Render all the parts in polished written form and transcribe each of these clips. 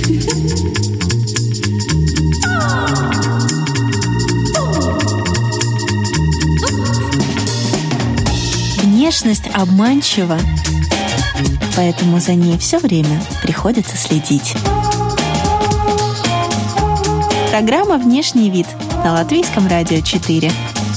Внешность обманчива, поэтому за ней все время приходится следить. Программа «Внешний вид» на Латвийском радио 4.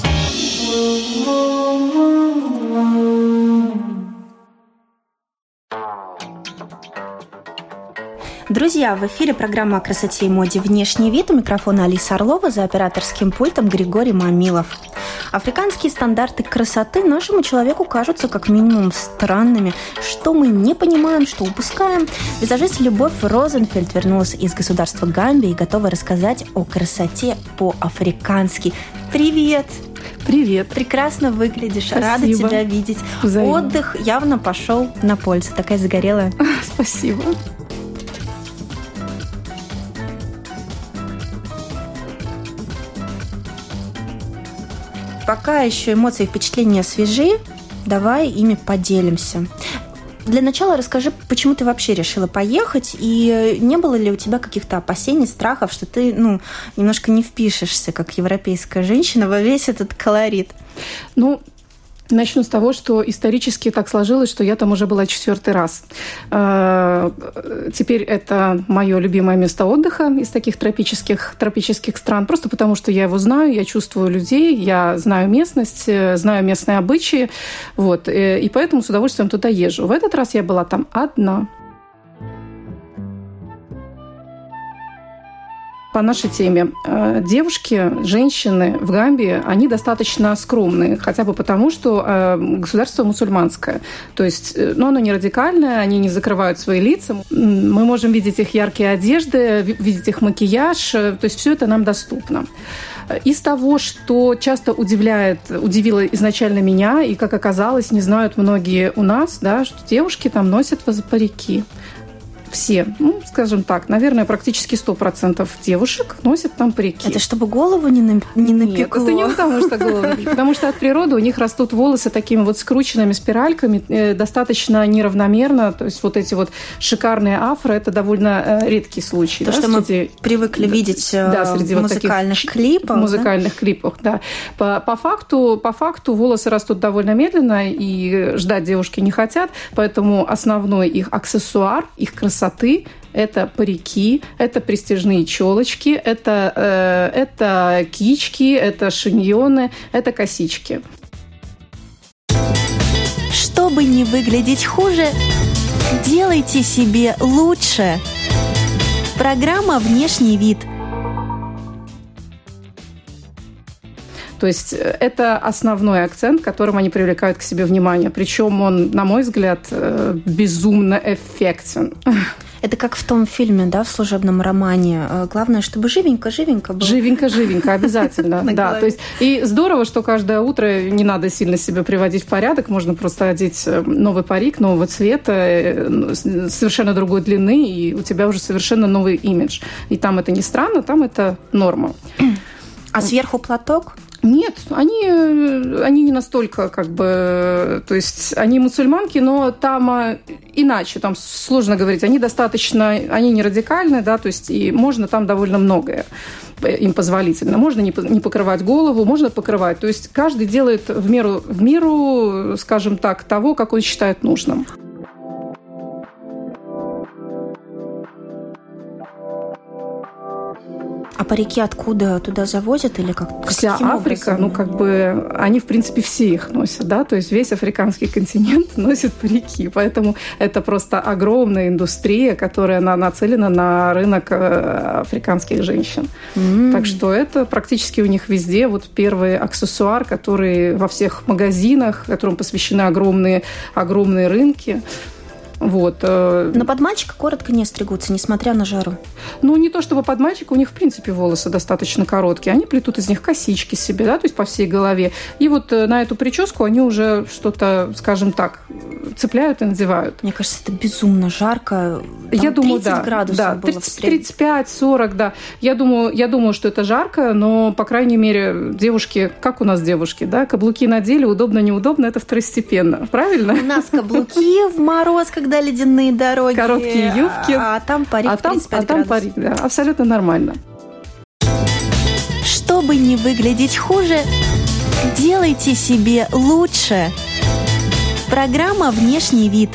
Друзья, в эфире программа о красоте и моде «Внешний вид». У микрофона Алиса Орлова, за операторским пультом Григорий Мамилов. Африканские стандарты красоты нашему человеку кажутся как минимум странными. Что мы не понимаем, что упускаем? Визажист Любовь Розенфельд вернулась из государства Гамбия и готова рассказать о красоте по-африкански. Привет! Привет. Прекрасно выглядишь. Спасибо. Рада тебя видеть. Взаимно. Отдых явно пошел на пользу. Такая загорелая. Спасибо. Пока еще эмоции и впечатления свежи, давай ими поделимся. Для начала расскажи, почему ты вообще решила поехать, и не было ли у тебя каких-то опасений, страхов, что ты немножко не впишешься, как европейская женщина, во весь этот колорит? Начну с того, что исторически так сложилось, что я там уже была 4-й раз. Теперь это мое любимое место отдыха из таких тропических стран, просто потому что я его знаю, я чувствую людей, я знаю местность, знаю местные обычаи, и поэтому с удовольствием туда езжу. В этот раз я была там одна. По нашей теме. Девушки, женщины в Гамбии, они достаточно скромные, хотя бы потому, что государство мусульманское. То есть, оно не радикальное, они не закрывают свои лица. Мы можем видеть их яркие одежды, видеть их макияж. То есть, все это нам доступно. Из того, что часто удивило изначально меня, и, как оказалось, не знают многие у нас, да, что девушки там носят парики. Все, скажем так, наверное, практически 100% девушек носят там парики. Это чтобы голову не напекло? Нет, это не потому, что голову. Потому что от природы у них растут волосы такими скрученными спиральками, достаточно неравномерно. То есть эти шикарные афро – это довольно редкий случай. То, что мы привыкли видеть в музыкальных клипах. В музыкальных клипах, да. По факту волосы растут довольно медленно, и ждать девушки не хотят, поэтому основной их аксессуар, их красота, это парики, это престижные челочки, это кички, это шиньоны, это косички. Чтобы не выглядеть хуже, делайте себе лучше. Программа «Внешний вид». То есть это основной акцент, которым они привлекают к себе внимание. Причем он, на мой взгляд, безумно эффектен. Это как в том фильме, да, в служебном романе. Главное, чтобы живенько было. Живенько, обязательно. Да, то есть и здорово, что каждое утро не надо сильно себя приводить в порядок. Можно просто одеть новый парик, нового цвета, совершенно другой длины, и у тебя уже совершенно новый имидж. И там это не странно, там это норма. А сверху платок? Нет, они не настолько, то есть они мусульманки, но там иначе, там сложно говорить, они не радикальны, да, то есть и можно там довольно многое им позволительно. Можно не покрывать голову, можно покрывать, то есть каждый делает в меру, скажем так, того, как он считает нужным. А парики откуда туда завозят или как? Вся Африка, они, в принципе, все их носят, да, то есть весь африканский континент носит парики, поэтому это просто огромная индустрия, которая нацелена на рынок африканских женщин. Так что это практически у них везде первый аксессуар, который во всех магазинах, которым посвящены огромные рынки. Но под мальчика коротко не стригутся, несмотря на жару. Не то чтобы под мальчика, у них, в принципе, волосы достаточно короткие. Они плетут из них косички себе, да, то есть по всей голове. И на эту прическу они уже что-то, скажем так, цепляют и надевают. Мне кажется, это безумно жарко. Я думаю, 30 градусов было в среднем. 35-40, да. Я думаю, что это жарко, но, по крайней мере, девушки, как у нас девушки, да, каблуки надели, удобно, неудобно, это второстепенно. Правильно? У нас каблуки в мороз, когда туда ледяные дороги. Короткие юбки. А там парик 35 градусов. Там парик, да, абсолютно нормально. Чтобы не выглядеть хуже, делайте себе лучше. Программа «Внешний вид».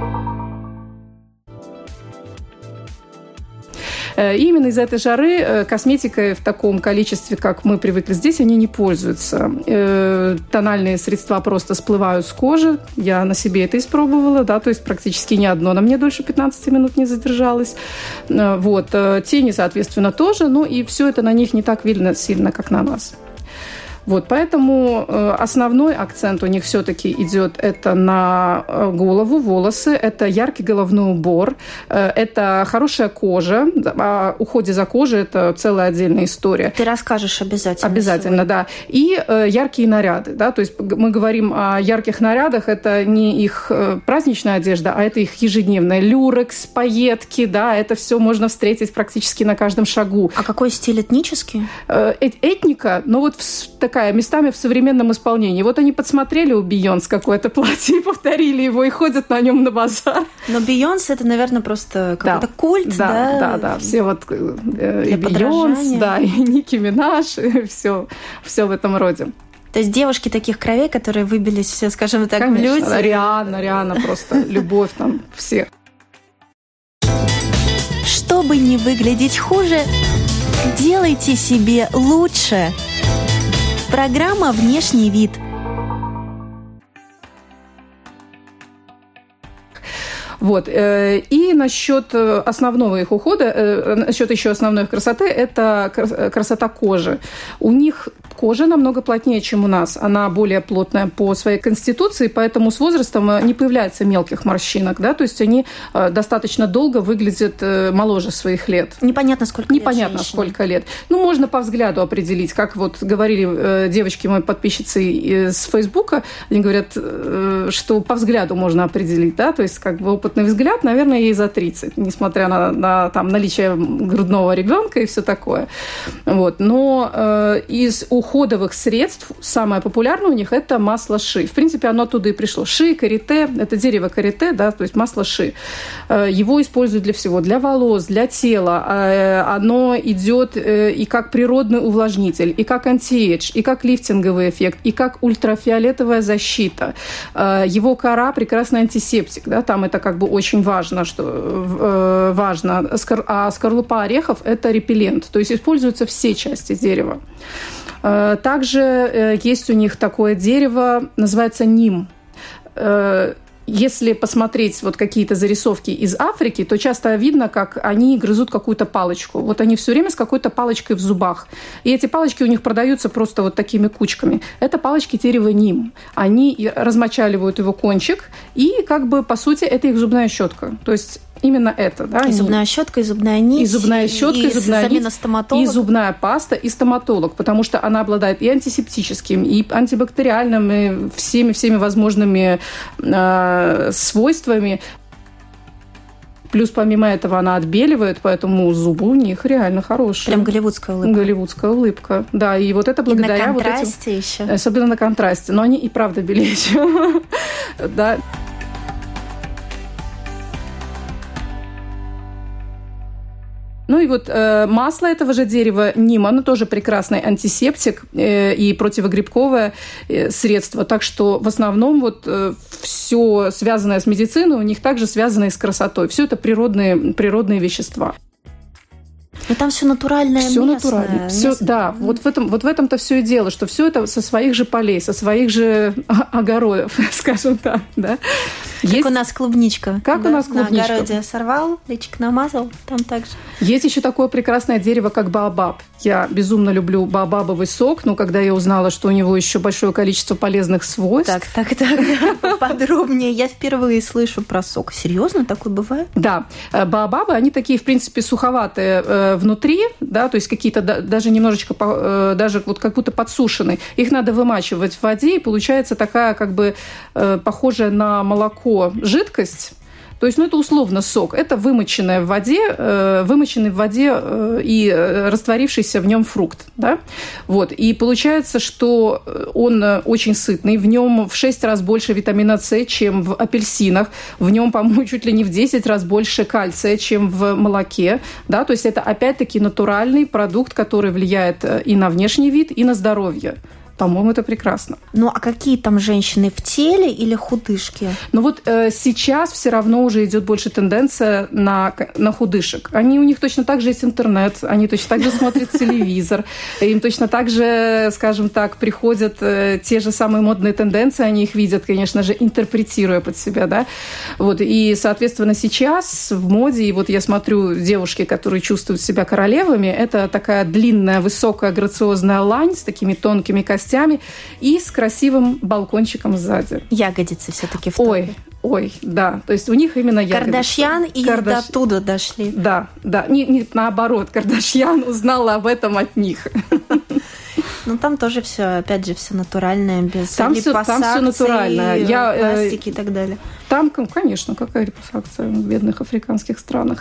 И именно из-за этой жары косметикой в таком количестве, как мы привыкли здесь, они не пользуются. Тональные средства просто сплывают с кожи. Я на себе это испробовала, да, то есть практически ни одно на мне дольше 15 минут не задержалось. Вот. Тени, соответственно, тоже, ну и все это на них не так видно сильно, как на нас. Вот, поэтому основной акцент у них все-таки идет это на голову, волосы, это яркий головной убор, это хорошая кожа. О уходе за кожей это целая отдельная история. Ты расскажешь обязательно. Обязательно, сегодня. да. И яркие наряды, да, то есть мы говорим о ярких нарядах, это не их праздничная одежда, а это их ежедневная. Люрекс, пайетки, да, это все можно встретить практически на каждом шагу. А какой стиль этнический? Этника, но вот такая местами в современном исполнении. Вот они подсмотрели у Бейонс какое-то платье и повторили его, и ходят на нем на базар. Но Бейонс это, наверное, просто какой-то культ, да? Да. Все вот и Бейонс, да, и Ники Минаж, и все в этом роде. То есть девушки таких кровей, которые выбились все, скажем так, конечно, в люди. Рианна просто, любовь там всех. Чтобы не выглядеть хуже, делайте себе лучше. Программа «Внешний вид». Вот. И насчет основного их ухода, насчет еще основной их красоты, это красота кожи. У них кожа намного плотнее, чем у нас. Она более плотная по своей конституции, поэтому с возрастом не появляется мелких морщинок. Да? То есть они достаточно долго выглядят моложе своих лет. Непонятно, сколько лет. Ну, можно по взгляду определить. Как вот говорили девочки, мои подписчицы с Фейсбука, они говорят, что по взгляду можно определить. Да? То есть как бы опытный взгляд, наверное, ей за 30, несмотря на там, наличие грудного ребенка и все такое. Вот. Но из уходовых средств самое популярное у них это масло ши. В принципе, оно оттуда и пришло. Ши, карите, это дерево карите, да, то есть масло ши. Его используют для всего, для волос, для тела. Оно идет и как природный увлажнитель, и как антиэйдж, и как лифтинговый эффект, и как ультрафиолетовая защита. Его кора прекрасный антисептик, да, там это как бы очень важно, важно. А скорлупа орехов это репеллент, то есть используются все части дерева. Также есть у них такое дерево, называется ним. Если посмотреть вот какие-то зарисовки из Африки, то часто видно, как они грызут какую-то палочку. Вот они все время с какой-то палочкой в зубах. И эти палочки у них продаются просто вот такими кучками. Это палочки дерева ним. Они размочаливают его кончик, и как бы, по сути, это их зубная щетка. То есть именно это, да. И зубная щетка, и зубная нить. И зубная щетка, и зубная нить, стоматолог. И зубная паста, и стоматолог, потому что она обладает и антисептическим, и антибактериальным, и всеми возможными свойствами. Плюс, помимо этого, она отбеливает, поэтому зубы у них реально хорошие. Прям голливудская улыбка. Голливудская улыбка, да. И вот это благодаря и на контрасте вот этим... еще. Особенно на контрасте. Но они и правда белее. Да. Ну и вот масло этого же дерева ним, оно тоже прекрасный антисептик и противогрибковое средство. Так что в основном вот все связанное с медициной у них также связано и с красотой. Все это природные вещества. Но там все натуральное, все местное. Натурально. Все, да, вот в этом-то все и дело, что все это со своих же полей, со своих же огородов, скажем так, да. Как у нас клубничка. Как у нас клубничка. На огороде сорвал, личико намазал, там также. Есть еще такое прекрасное дерево, как баобаб. Я безумно люблю баобабовый сок, но когда я узнала, что у него еще большое количество полезных свойств... Так, подробнее. Я впервые слышу про сок. Серьезно, такое бывает? Да. Баобабы, они такие, в принципе, суховатые внутри, да, то есть какие-то даже немножечко, даже вот как будто подсушенные. Их надо вымачивать в воде, и получается такая как бы похожая на молоко жидкость. То есть, это условно сок. Это вымоченный в воде и растворившийся в нем фрукт. Да? Вот. И получается, что он очень сытный. В нем в 6 раз больше витамина С, чем в апельсинах. В нем, по-моему, чуть ли не в 10 раз больше кальция, чем в молоке. Да? То есть, это опять-таки натуральный продукт, который влияет и на внешний вид, и на здоровье. По-моему, это прекрасно. Ну, а какие там женщины, в теле или худышки? Сейчас все равно уже идет больше тенденция на худышек. У них точно так же есть интернет, они точно так же смотрят телевизор, им точно так же, скажем так, приходят те же самые модные тенденции, они их видят, конечно же, интерпретируя под себя, да. И, соответственно, сейчас в моде, и я смотрю девушки, которые чувствуют себя королевами, это такая длинная, высокая, грациозная лань с такими тонкими костями, и с красивым балкончиком сзади. Ягодицы все-таки в топе. Ой, да. То есть у них именно ягодицы. Кардашьян и до туда дошли. Да. Не наоборот. Кардашьян узнала об этом от них. Там тоже все, опять же, все натуральное, без липосакции, там все натуральное. пластики и так далее. Там, конечно, какая липосакция в бедных африканских странах.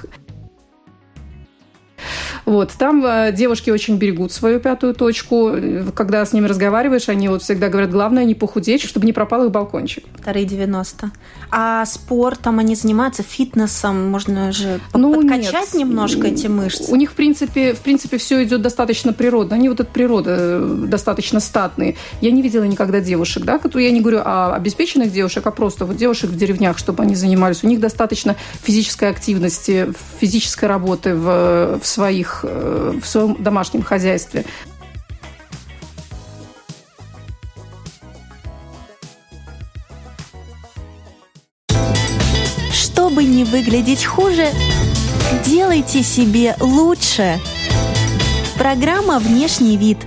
Там девушки очень берегут свою пятую точку. Когда с ними разговариваешь, они всегда говорят, главное не похудеть, чтобы не пропал их балкончик. Вторые 90. А спортом они занимаются, фитнесом? Можно же подкачать немножко эти мышцы? У них, в принципе, все идет достаточно природно. Они от природы достаточно статные. Я не видела никогда девушек, да, я не говорю о обеспеченных девушек, а просто девушек в деревнях, чтобы они занимались. У них достаточно физической активности, физической работы в своем домашнем хозяйстве. Чтобы не выглядеть хуже, делайте себе лучше. Программа «Внешний вид».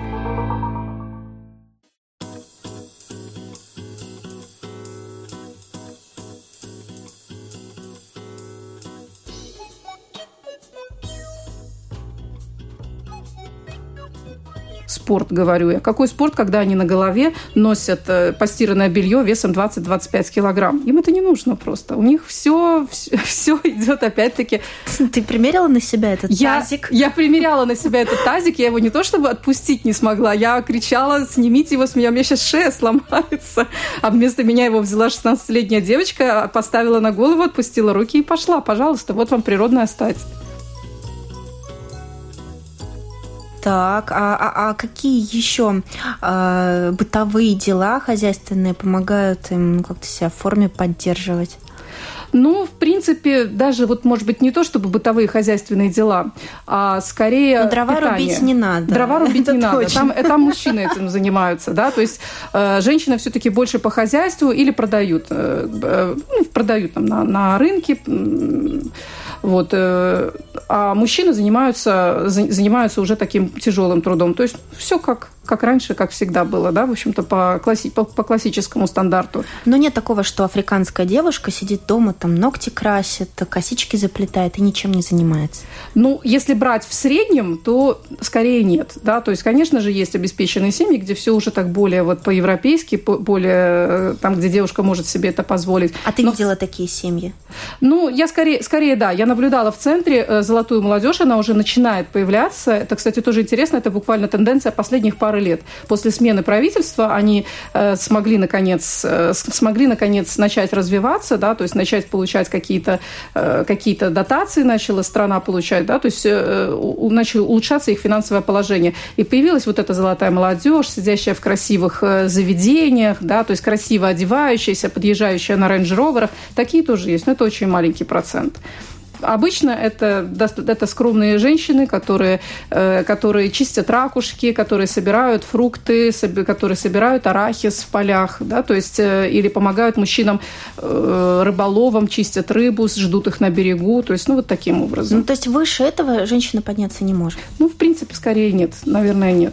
Спорт, говорю я. Какой спорт, когда они на голове носят постиранное белье весом 20-25 килограмм? Им это не нужно просто. У них все идет опять-таки... Ты примерила на себя этот тазик? Я примеряла на себя этот тазик. Я его не то чтобы отпустить не смогла. Я кричала, снимите его с меня, у меня сейчас шея сломается. А вместо меня его взяла 16-летняя девочка, поставила на голову, отпустила руки и пошла. Пожалуйста, вот вам природная стать. Так, а какие еще бытовые дела хозяйственные помогают им как-то себя в форме поддерживать? В принципе, даже может быть, не то, чтобы бытовые хозяйственные дела, а скорее дрова питание. Рубить не надо. Дрова рубить не надо. Там мужчины этим занимаются, да, то есть женщины все-таки больше по хозяйству или продают там на рынке, а мужчины занимаются уже таким тяжелым трудом. То есть все как раньше, как всегда было, да, в общем-то, по классическому стандарту. Но нет такого, что африканская девушка сидит дома, там ногти красит, косички заплетает и ничем не занимается. Если брать в среднем, то скорее нет, да, то есть, конечно же, есть обеспеченные семьи, где все уже так более по-европейски, более там, где девушка может себе это позволить. А ты видела такие семьи? Я скорее, да, я наблюдала в центре золотую молодежь, она уже начинает появляться. Это, кстати, тоже интересно, это буквально тенденция последних пары лет. После смены правительства они смогли наконец начать развиваться, да, то есть начать получать какие-то дотации, начала страна получать, да, то есть начало улучшаться их финансовое положение. И появилась эта золотая молодежь, сидящая в красивых заведениях, да, то есть красиво одевающаяся, подъезжающая на рейндж-роверах. Такие тоже есть, но это очень маленький процент. Обычно это скромные женщины, которые чистят ракушки, которые собирают фрукты, которые собирают арахис в полях, да, то есть или помогают мужчинам рыболовам, чистят рыбу, ждут их на берегу, то есть таким образом. То есть выше этого женщина подняться не может? В принципе, скорее нет, наверное, нет.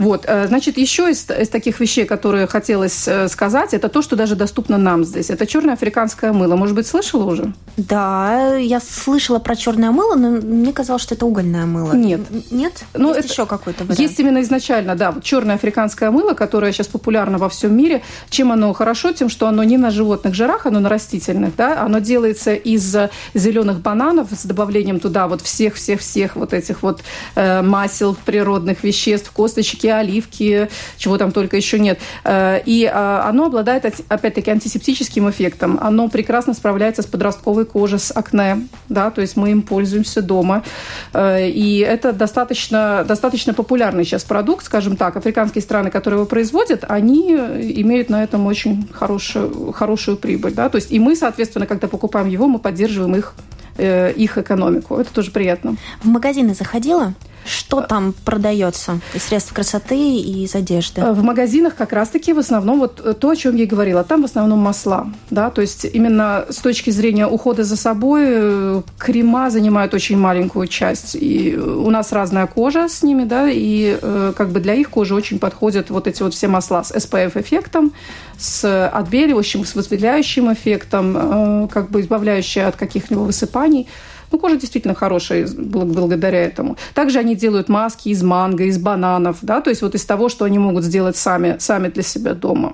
Вот, значит, еще из таких вещей, которые хотелось сказать, это то, что даже доступно нам здесь. Это черное африканское мыло. Может быть, слышала уже? Да, я слышала про черное мыло, но мне казалось, что это угольное мыло. Нет. Нет? Ну, есть еще какой-то вариант? Есть именно изначально, да, вот черное африканское мыло, которое сейчас популярно во всем мире. Чем оно хорошо? Тем, что оно не на животных жирах, оно на растительных, да. Оно делается из зеленых бананов с добавлением туда вот всех вот этих вот масел, природных веществ, косточки, оливки, чего там только еще нет. И оно обладает, опять-таки, антисептическим эффектом. Оно прекрасно справляется с подростковой кожей, с акне, да, то есть мы им пользуемся дома. И это достаточно популярный сейчас продукт, скажем так. Африканские страны, которые его производят, они имеют на этом очень хорошую прибыль, да. То есть и мы, соответственно, когда покупаем его, мы поддерживаем их экономику. Это тоже приятно. В магазины заходила? Что там продается из средств красоты и из одежды? В магазинах как раз-таки в основном вот то, о чем я и говорила. Там в основном масла. Да? То есть именно с точки зрения ухода за собой крема занимают очень маленькую часть. И у нас разная кожа с ними, да, и как бы для их кожи очень подходят вот эти вот все масла с SPF-эффектом, с отбеливающим, с выделяющим эффектом, как бы избавляющие от каких-либо высыпаний. Ну, кожа действительно хорошая благодаря этому. Также они делают маски из манго, из бананов, да, то есть вот из того, что они могут сделать сами для себя дома.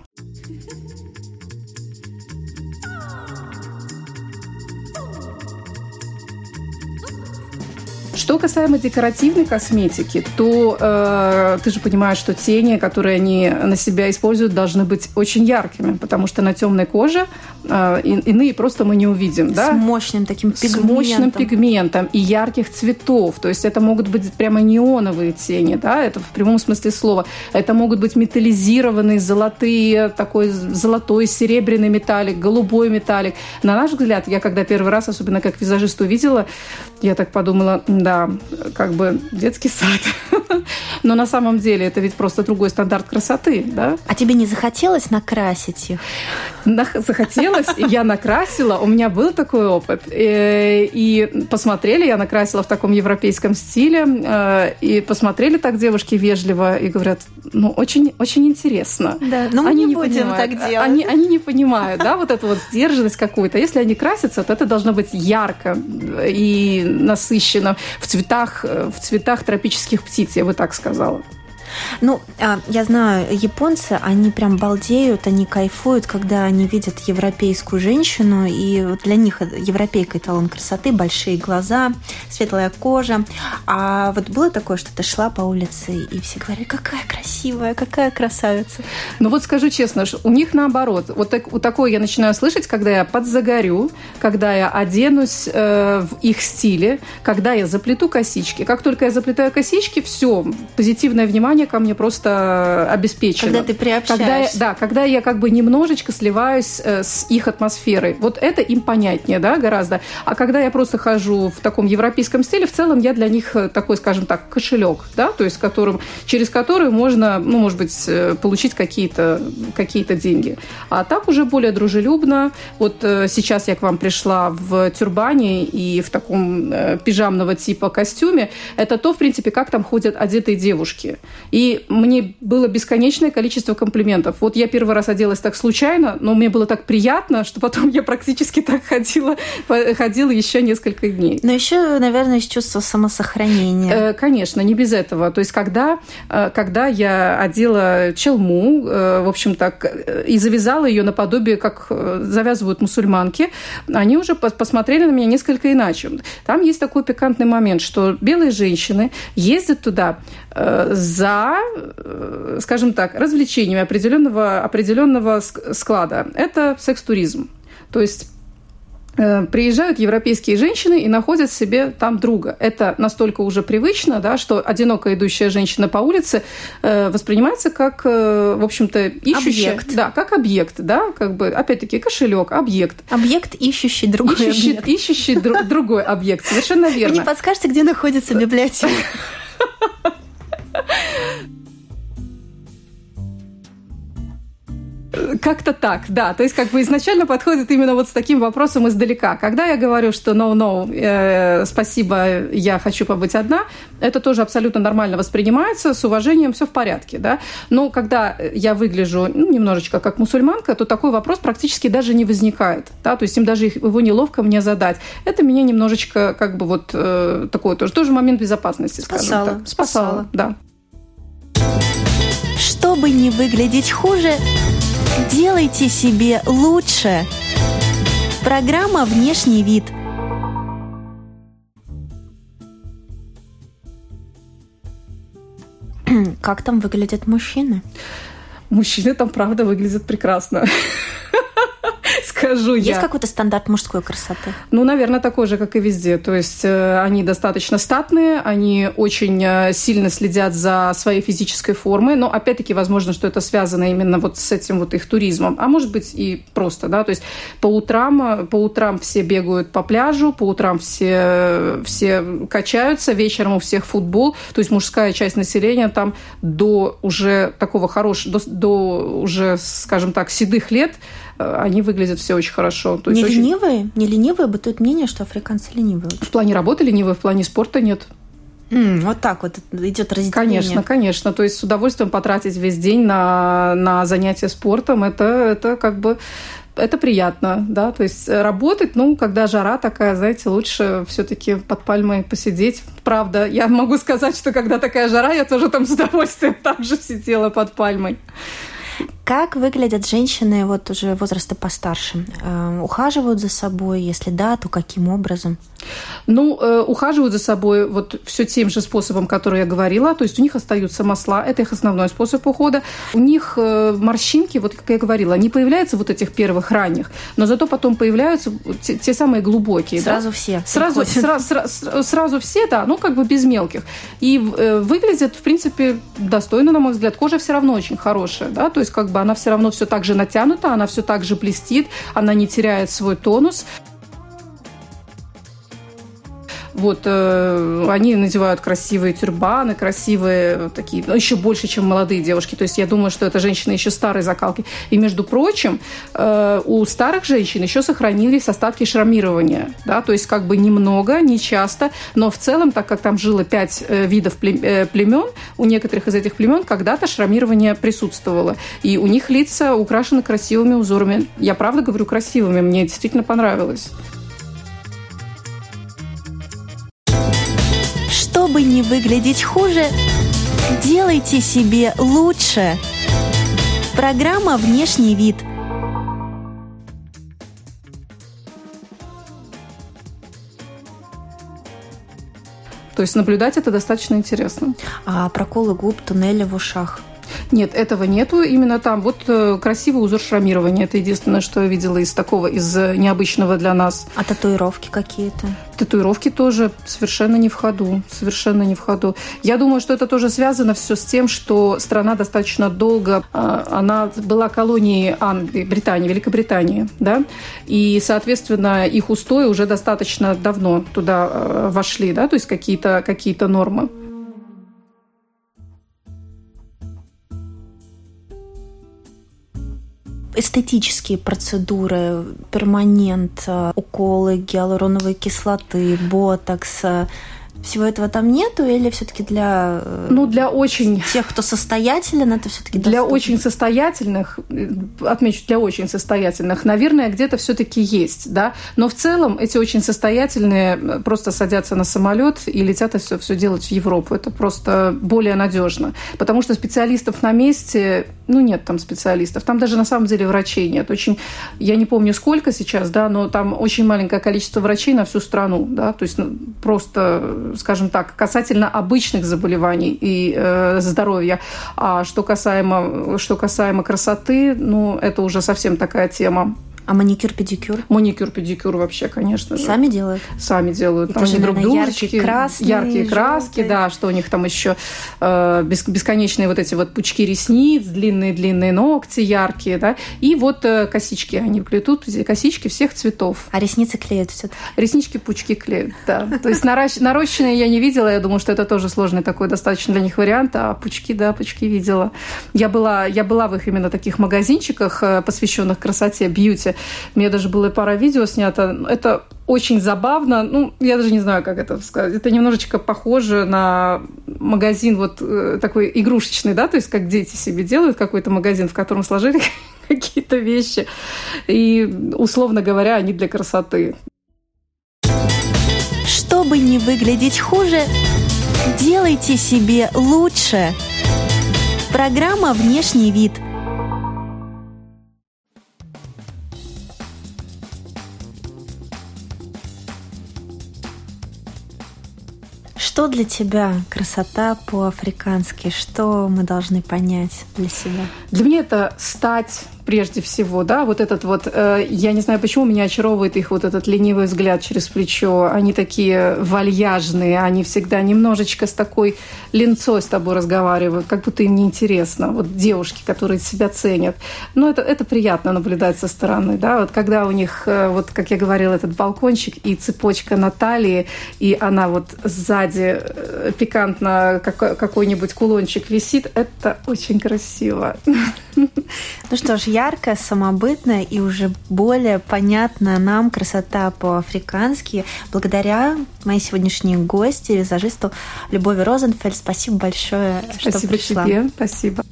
Что касаемо декоративной косметики, то ты же понимаешь, что тени, которые они на себя используют, должны быть очень яркими, потому что на темной коже иные просто мы не увидим. С мощным таким пигментом. С мощным пигментом и ярких цветов. То есть это могут быть прямо неоновые тени, да, это в прямом смысле слова. Это могут быть металлизированные золотые, такой золотой, серебряный металлик, голубой металлик. На наш взгляд, я когда первый раз, особенно как визажист, увидела, я так подумала, да, как бы детский сад. Но на самом деле это ведь просто другой стандарт красоты, да? А тебе не захотелось накрасить их? Захотелось, и я накрасила. У меня был такой опыт. И посмотрели, я накрасила в таком европейском стиле. И посмотрели так девушки вежливо и говорят, ну, очень, очень интересно. Да, но мы не будем так делать. Они не понимают, да, вот эту вот сдержанность какую-то. Если они красятся, то это должно быть ярко и насыщенно в цветах тропических птиц, я бы так сказала. Ну, я знаю, японцы, они прям балдеют, они кайфуют, когда они видят европейскую женщину, и вот для них европейка эталон красоты, большие глаза, светлая кожа. А вот было такое, что ты шла по улице, и все говорили, какая красивая, какая красавица. Ну вот скажу честно, у них наоборот. Вот такое я начинаю слышать, когда я подзагорю, когда я оденусь в их стиле, когда я заплету косички. Как только я заплетаю косички, все, позитивное внимание ко мне просто обеспечено. Когда ты приобщаешься. Когда я как бы немножечко сливаюсь с их атмосферой. Вот это им понятнее, да, гораздо. А когда я просто хожу в таком европейском стиле, в целом я для них такой, скажем так, кошелек, да, то есть через который можно, ну, может быть, получить какие-то деньги. А так уже более дружелюбно. Вот сейчас я к вам пришла в тюрбане и в таком пижамного типа костюме. Это то, в принципе, как там ходят одетые девушки. И мне было бесконечное количество комплиментов. Вот я первый раз оделась так случайно, но мне было так приятно, что потом я практически так ходила еще несколько дней. Но еще, наверное, из чувства самосохранения. Конечно, не без этого. То есть, когда я одела челму, в общем так, и завязала ее наподобие, как завязывают мусульманки, они уже посмотрели на меня несколько иначе. Там есть такой пикантный момент, что белые женщины ездят туда за, скажем так, развлечениями определенного склада. Это секс-туризм. То есть приезжают европейские женщины и находят себе там друга. Это настолько уже привычно, да, что одиноко идущая женщина по улице воспринимается как, в общем-то, ищущая. Объект. Да, как объект, да, как бы, опять-таки, кошелек, объект. Объект, ищущий другой объект. Ищущий другой объект, совершенно верно. Вы не подскажете, где находится библиотека? Как-то так, да. То есть как бы изначально подходит именно вот с таким вопросом издалека. Когда я говорю, что no, спасибо, я хочу побыть одна, это тоже абсолютно нормально воспринимается, с уважением, все в порядке, да. Но когда я выгляжу немножечко как мусульманка, то такой вопрос практически даже не возникает, да. То есть им даже его неловко мне задать. Это меня немножечко как бы вот такой тоже момент безопасности, скажем так. Спасало, да. Чтобы не выглядеть хуже, делайте себе лучше. Программа «Внешний вид». Как там выглядят мужчины? Мужчины там, правда, выглядят прекрасно. Скажу я. Есть какой-то стандарт мужской красоты? Ну, наверное, такой же, как и везде. То есть они достаточно статные, они очень сильно следят за своей физической формой, но, опять-таки, возможно, что это связано именно вот с этим вот их туризмом. А может быть и просто, да, то есть по утрам все бегают по пляжу, по утрам все качаются, вечером у всех футбол. То есть мужская часть населения там до уже такого хорошего, до уже, скажем так, седых лет они выглядят все очень хорошо. То есть ленивые? Не ленивые? Бытует мнение, что африканцы ленивые. В плане работы ленивые, в плане спорта нет. Вот так вот идет разделение. Конечно. То есть с удовольствием потратить весь день на занятия спортом, это как бы... Это приятно, да, то есть работать, когда жара такая, знаете, лучше все-таки под пальмой посидеть. Правда, я могу сказать, что когда такая жара, я тоже там с удовольствием также сидела под пальмой. Как выглядят женщины вот уже возраста постарше? Ухаживают за собой? Если да, то каким образом? Ухаживают за собой вот все тем же способом, который я говорила. То есть у них остаются масла, это их основной способ ухода. У них морщинки, вот как я говорила, не появляются вот этих первых ранних, но зато потом появляются те самые глубокие. Сразу да? все. Сразу все, да, как бы без мелких. И выглядят, в принципе, достойно, на мой взгляд. Кожа все равно очень хорошая, да, то есть как бы она все равно все так же натянута, она все так же блестит, она не теряет свой тонус. Вот, они надевают красивые тюрбаны, красивые такие, еще больше, чем молодые девушки. То есть я думаю, что это женщины еще старой закалки. И, между прочим, у старых женщин еще сохранились остатки шрамирования. Да? То есть как бы немного, не часто, но в целом, так как там жило 5 видов племен, у некоторых из этих племен когда-то шрамирование присутствовало. И у них лица украшены красивыми узорами. Я правда говорю красивыми, мне действительно понравилось. Чтобы не выглядеть хуже, делайте себе лучше. Программа «Внешний вид». То есть наблюдать это достаточно интересно. А проколы губ, туннели в ушах? Нет, этого нету. Именно там вот красивый узор шрамирования. Это единственное, что я видела из необычного для нас. А татуировки какие-то? Татуировки тоже совершенно не в ходу. Я думаю, что это тоже связано все с тем, что страна достаточно долго, она была колонией Британии, Великобритании, да, и, соответственно, их устои уже достаточно давно туда вошли, да, то есть какие-то нормы. Эстетические процедуры, перманент, уколы гиалуроновой кислоты, ботокс, всего этого там нету, или все-таки для тех, кто состоятелен, это все-таки доступно? Для очень состоятельных, отмечу, для очень состоятельных, наверное, где-то все-таки есть, да, но в целом эти очень состоятельные просто садятся на самолет и летят все делать в Европу. Это просто более надежно, потому что специалистов на месте, нет там специалистов, там даже на самом деле врачей нет. Я не помню сколько сейчас, да, но там очень маленькое количество врачей на всю страну, да, то есть просто, скажем так, касательно обычных заболеваний и здоровья. А что касаемо красоты, это уже совсем такая тема А маникюр-педикюр? Маникюр-педикюр вообще, конечно же. Сами делают? Сами делают. Это же, друг наверное, дружечки. Яркие краски, желтые. да, что у них там еще бесконечные вот эти вот пучки ресниц, длинные-длинные ногти яркие, да, и вот косички. Они плетут косички всех цветов. А ресницы клеят все-таки? Реснички, пучки клеят, да. То есть нарощенные я не видела, я думаю, что это тоже сложный такой достаточно для них вариант, а пучки видела. Я была в их именно таких магазинчиках, посвященных красоте, бьюти. У меня даже было пара видео снято. Это очень забавно. Ну, я даже не знаю, как это сказать. Это немножечко похоже на магазин вот такой игрушечный, да, то есть как дети себе делают какой-то магазин, в котором сложили какие-то вещи. И, условно говоря, они для красоты. Чтобы не выглядеть хуже, делайте себе лучше. Программа «Внешний вид». Что для тебя красота по-африкански? Что мы должны понять для себя? Для меня это стать прежде всего, да, вот этот вот, я не знаю, почему меня очаровывает их вот этот ленивый взгляд через плечо. Они такие вальяжные, они всегда немножечко с такой линцой с тобой разговаривают, как будто им неинтересно. Вот девушки, которые себя ценят. Но это приятно наблюдать со стороны, да, вот когда у них, вот как я говорила, этот балкончик и цепочка на талии, и она вот сзади пикантно какой-нибудь кулончик висит, это очень красиво. Ну что ж, яркая, самобытная и уже более понятная нам красота по-африкански благодаря моей сегодняшней гости, визажисту Любови Розенфельд. Спасибо большое, что пришла. Спасибо тебе, спасибо.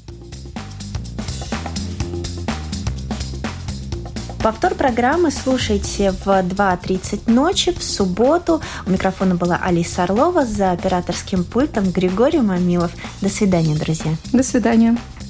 Повтор программы слушайте в 2:30 ночи в субботу. У микрофона была Алиса Орлова, за операторским пультом Григорий Мамилов. До свидания, друзья. До свидания.